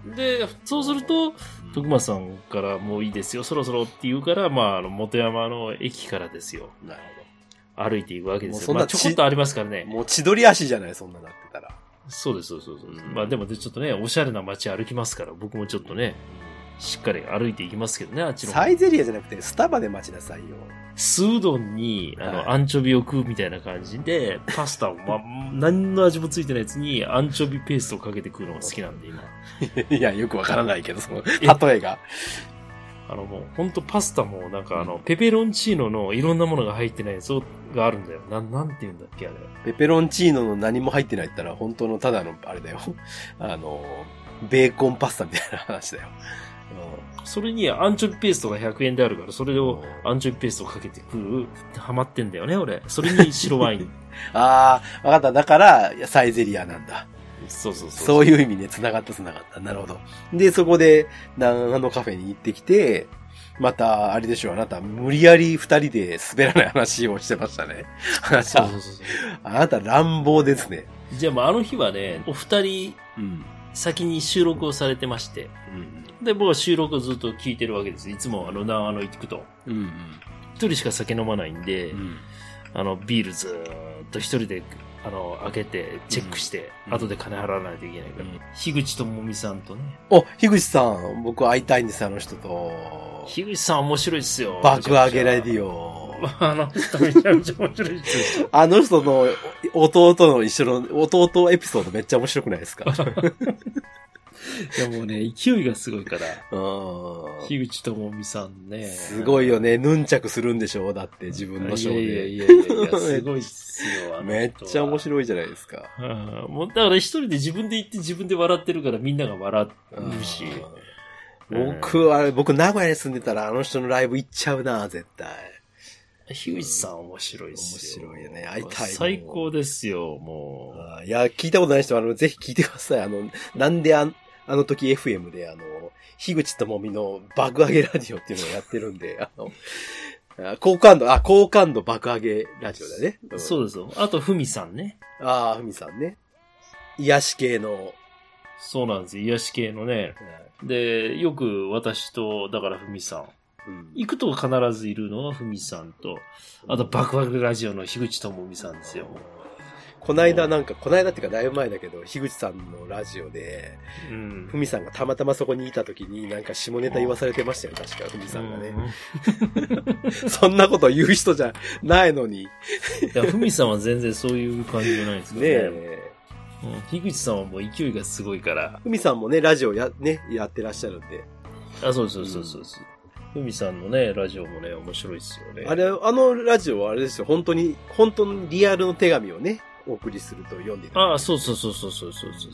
で、そうすると、徳間さんからもういいですよ、そろそろって言うから、まあ、あの、元山の駅からですよ。なるほど。歩いていくわけですよ。そんな、まあ、ちょこっとありますからね。 もう千鳥足じゃない、そんななってたら。 そうです、そうそうそう。うん、まあでも、ちょっとね、おしゃれな街歩きますから、僕もちょっとね、しっかり歩いていきますけどね、あっちの。 サイゼリアじゃなくて、スタバで待ちなさいよ。 酢うどんに、あの、はい、アンチョビを食うみたいな感じで、パスタを、ま、何の味もついてないやつに、アンチョビペーストをかけて食うのが好きなんで、今。 いや、よくわからないけど、その、例えが。 あの、もう、ほんとパスタも、なんかあの、ペペロンチーノのいろんなものが入ってないやつがあるんだよ。なん、なんて言うんだっけ、あれ。 ペペロンチーノの何も入ってないったら、本当のただの、あれだよ。あの、ベーコンパスタみたいな話だよ。 それにアンチョビペーストがひゃくえんであるから、それをアンチョビペーストをかけて食う、ハマってんだよね、俺。それに白ワイン。 ああ、わかった。だから、サイゼリアなんだ。 そうそうそう。 そういう意味で繋がった繋がった。なるほど。で、そこで、長野カフェに行ってきて、また、あれでしょう、あなた、無理やり二人で滑らない話をしてましたね。あなた、そうそうそうそう、あなた乱暴ですね。 じゃあ、まあ、あの日はね、お二人、うん、先に収録をされてまして、うん、で、僕は収録をずっと聞いてるわけです。いつも、あの、長野行くと。一、うんうん、人しか酒飲まないんで、うん、あの、ビールずーっと一人で、あの、開けて、チェックして、うん、後で金払わないといけないから。うん、樋口智美さんとね。 お、樋口さん、僕会いたいんです、あの人と。 樋口さん面白いっすよ。 爆上げレディオ。 あの人めちゃめちゃ面白いっすよ。 あの人の弟の一緒の、弟エピソードめっちゃ面白くないですか？ いやもうね、勢いがすごいから。樋口智美さんね。 すごいよね。ヌンチャクするんでしょ？だって自分のショーで。 いやいやいやいや、すごいっすよ。 めっちゃ面白いじゃないですか。 もうだから一人で自分で言って自分で笑ってるからみんなが笑うし。 僕は、僕名古屋に住んでたらあの人のライブ行っちゃうな、絶対。 樋口さん面白いっすよ。 面白いよね。会いたい。 最高ですよ、もう。いや、聞いたことない人は、あの、ぜひ聞いてください。あの、なんであ、あの時 エフエム で、あの、樋口智美の爆上げラジオっていうのをやってるんで、あの、好感度、あ、好感度爆上げラジオだね。 うん、そうですよ。あと、ふみさんね。 ああ、ふみさんね。癒し系の。 そうなんですよ。癒し系のね。うん、で、よく私と、だからふみさん。うん、行くと必ずいるのはふみさんと、あと爆上げラジオの樋口智美さんですよ。 こないだなんか、こないだっていうかだいぶ前だけど、樋口さんのラジオで、うん、ふみさんがたまたまそこにいた時になんか下ネタ言わされてましたよ、確かふみさんがね。うん、そんなこと言う人じゃないのに。いや、ふみさんは全然そういう感じじゃないですよね。ねえ。うん、樋口さんはもう勢いがすごいから。 ふみさんもね、ラジオや、ね、やってらっしゃるんで。 あ、そうそうそうそうそう。ふみさんのね、ラジオもね、面白いですよね。 あれ、あのラジオはあれですよ、本当に、本当にリアルの手紙をね、お送りすると読んでいた。 ああ、そうそうそうそうそうそうそう。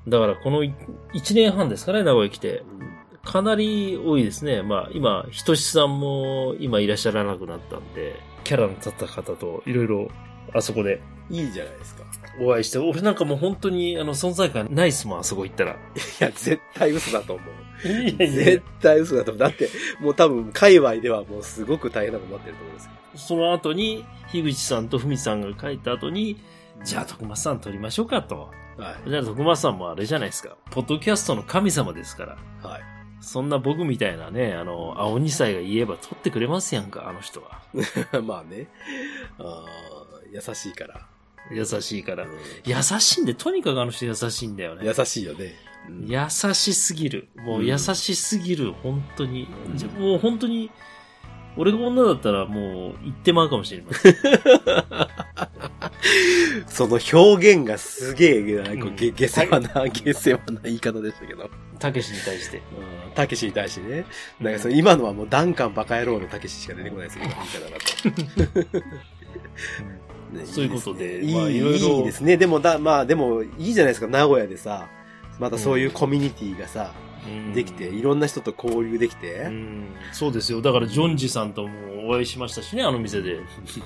だからこのいちねんはんですかね、名古屋来て。うん、かなり多いですね。まあ今、ひとしさんも今いらっしゃらなくなったんで、キャラの立った方といろいろあそこで。 いいじゃないですか。 お会いして、俺なんかもう本当にあの存在感ないっすもん、あそこ行ったら。いや、絶対嘘だと思う。いやいや絶対嘘だと思う。だって、もう多分、界隈ではもうすごく大変なことになってると思うんですよ。 その後に、樋口さんとふみさんが帰った後に、 じゃあ徳松さん撮りましょうかと。 はい。 じゃあ徳松さんもあれじゃないですか。ポッドキャストの神様ですから。 はい。 そんな僕みたいなね、あの、青二歳が言えば撮ってくれますやんか、あの人は。 まあね。あ優しいから。 優しいから、うん。優しいんで、とにかくあの人優しいんだよね。 優しいよね。 うん、優しすぎる。もう優しすぎる、うん、本当に、うん。もう本当に、俺が女だったらもう言ってまうかもしれません。 その表現がすげえ、なんかげ、げせわな、げせわな言い方でしたけど。 たけしに対して。 たけしに対してね。なんかその今のはもうダンカンバカ野郎のたけししか出てこないですよ、言い方だと。 ね、そういうことで、 いい、まあ、いろいろいいですね。でもだ、まあでもいいじゃないですか、名古屋でさ、またそういうコミュニティがさ、うん、できて、いろんな人と交流できて、 うん。そうですよ。だからジョンジさんともお会いしましたしね、あの店で。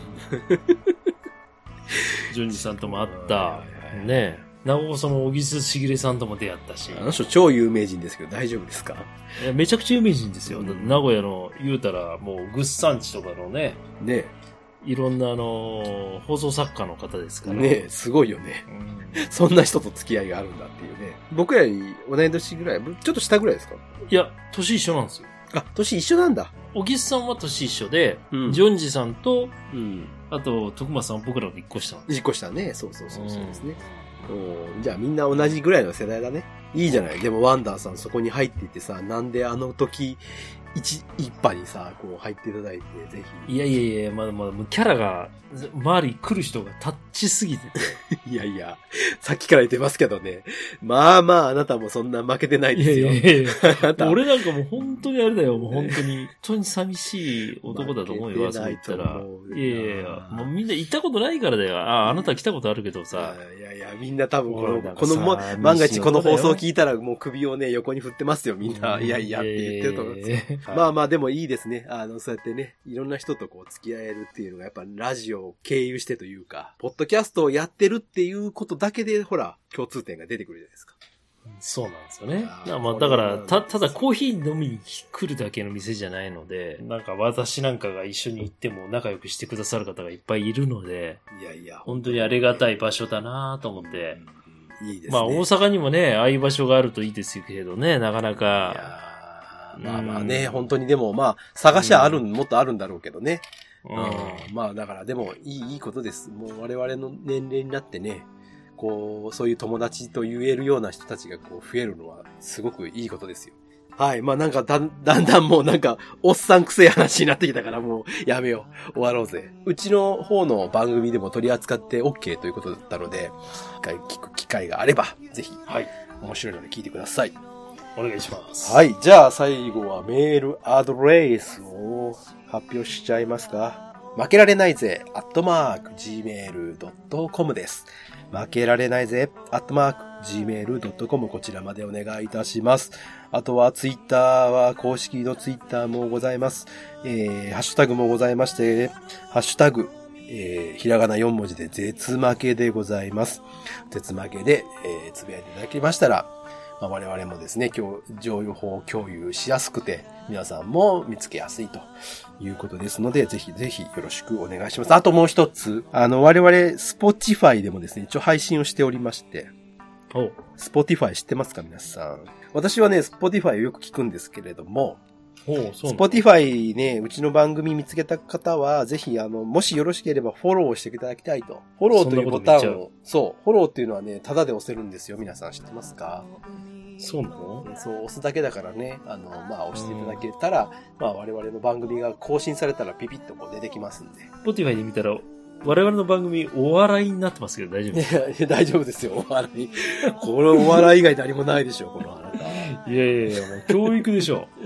ジョンジさんとも会った。ねえ。なおその小木須茂さんとも出会ったし。 あの人超有名人ですけど大丈夫ですか？ いやめちゃくちゃ有名人ですよ。うん、名古屋の言うたらもうグッサンチとかのね。 ねいろんなあの放送作家の方ですからね。ねすごいよね、うん。そんな人と付き合いがあるんだっていうね。僕らより同い年ぐらい、ちょっと下ぐらいですか？ いや、年一緒なんですよ。 あ、年一緒なんだ。 小木須さんは年一緒で、うん、ジョンジさんと、うん、あと徳間さんは僕らの一個下なんです。 一個下ね。そうそうそうそうですね。うん、じゃあみんな同じぐらいの世代だね。いいじゃない。でもワンダーさんそこに入っていてさ、なんであの時一一派にさこう入っていただいてぜひ。 いやいやいやまだまだキャラが周り来る人がタッチすぎてて。 いやいやさっきから言ってますけどね。まあまああなたもそんな負けてないですよ。いやいやいや俺なんかもう本当にあれだよ。もう本当に本当に寂しい男だと思うよ。そう言ったら。いやいやいやもうみんな行ったことないからだよ。あああなた来たことあるけどさ。 いやいやみんな多分このこのも万が一この放送聞いたらもう首をね横に振ってますよみんな。いやいやって言ってると思うんですよ。まあまあでもいいですね。あのそうやってねいろんな人とこう付き合えるっていうのがやっぱラジオを経由してというかポッドキャストをやってるっていうことだけでほら共通点が出てくるじゃないですか。 そうなんですよね。あまあだからたただコーヒー飲みに来るだけの店じゃないので、なんか私なんかが一緒に行っても仲良くしてくださる方がいっぱいいるので、 いやいや本当にありがたい場所だなと思って。 うん、いいですね。 まあ大阪にもねああいう場所があるといいですけどね、なかなか。 いやまあまあね、うん、本当にでもまあ探しはある、うん、もっとあるんだろうけどね。うん、まあだからでもいいいいことです。もう我々の年齢になってね。こう、そういう友達と言えるような人たちがこう増えるのはすごくいいことですよ。はい。まあなんかだんだんだんもうなんかおっさんくせえ話になってきたからもうやめよう。終わろうぜ。うちの方の番組でも取り扱って OK ということだったので、一回聞く機会があればぜひ、はい。面白いので聞いてください。 お願いします。 はい。じゃあ最後はメールアドレスを発表しちゃいますか。負けられないぜ、アットマーク、ジーメールドットコム です。負けられないぜ、アットマーク、ジーメールドットコム こちらまでお願いいたします。あとはツイッターは公式のツイッターもございます。えー、ハッシュタグもございまして、ハッシュタグ、えー、ひらがなよん文字で絶負けでございます。絶負けで、えー、つぶやいていただきましたら、まあ、我々もですね、今日、情報共有しやすくて、皆さんも見つけやすいということですので、ぜひぜひよろしくお願いします。あともう一つ、あの、我々、Spotify でもですね、一応配信をしておりまして、 お Spotify 知ってますか皆さん。私はね、Spotify をよく聞くんですけれども、Spotify ね、うちの番組見つけた方は、ぜひ、あの、もしよろしければフォローしていただきたいと。フォローというボタンを、そう、フォローっていうのはね、タダで押せるんですよ。皆さん知ってますか？ そうなの？ そう、押すだけだからね、あの、まあ、押していただけたら、まあ、我々の番組が更新されたらピピッとこう出てきますんで。 Spotify で見たら、我々の番組お笑いになってますけど大丈夫ですか？ いや、大丈夫ですよ、お笑い。これお笑い以外何もないでしょ、このあなた。 いやいやいや、もう教育でしょ。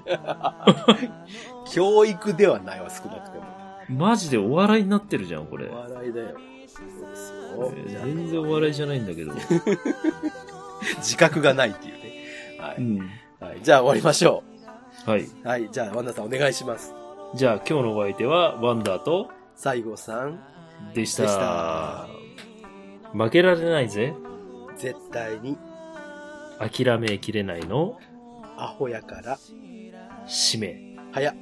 教育ではないわ、少なくても。 マジでお笑いになってるじゃん、これ。 お笑いだよ。 そうですよ。全然お笑いじゃないんだけど。 自覚がないっていうね。はい。 うんはい、じゃあ終わりましょう。はい。 はい。じゃあ、ワンダーさんお願いします。 じゃあ、今日のお相手は、ワンダーと、 西郷さんでした。でした。負けられないぜ。 絶対に。 諦めきれないの。 アホやから。 締め。 早っ。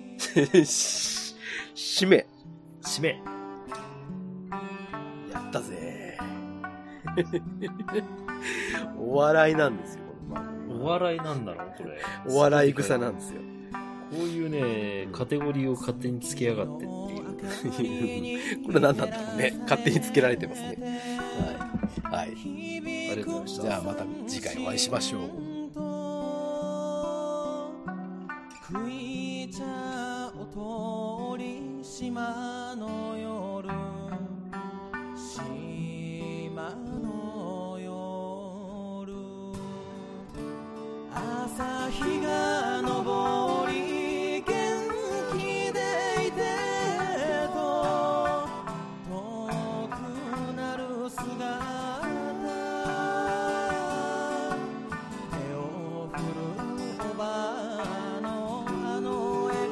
締め。 締め。 やったぜ。 お笑いなんですよ、この番組。お笑いなんだろう、これ。 お笑い草なんですよ。 こういうね、カテゴリーを勝手につけやがってっていう。 これ何なんだろうね。勝手につけられてますね。はい。はい。ありがとうございました。 じゃあまた次回お会いしましょう。食い茶を通り島の夜、島の夜、朝日が昇り元気でいてと遠くなる姿、手を振るおばあのあの笑顔、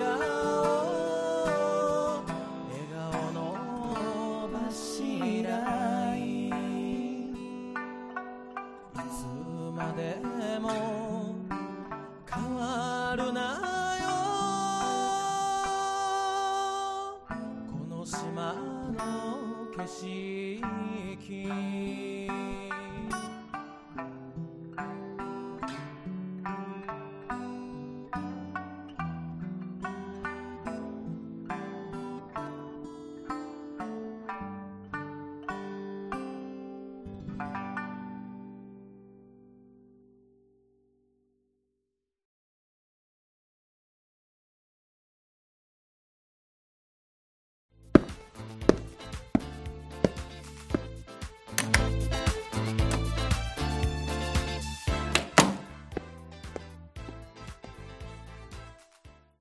笑顔の柱い、いつまでも変わるなよ、この島の景色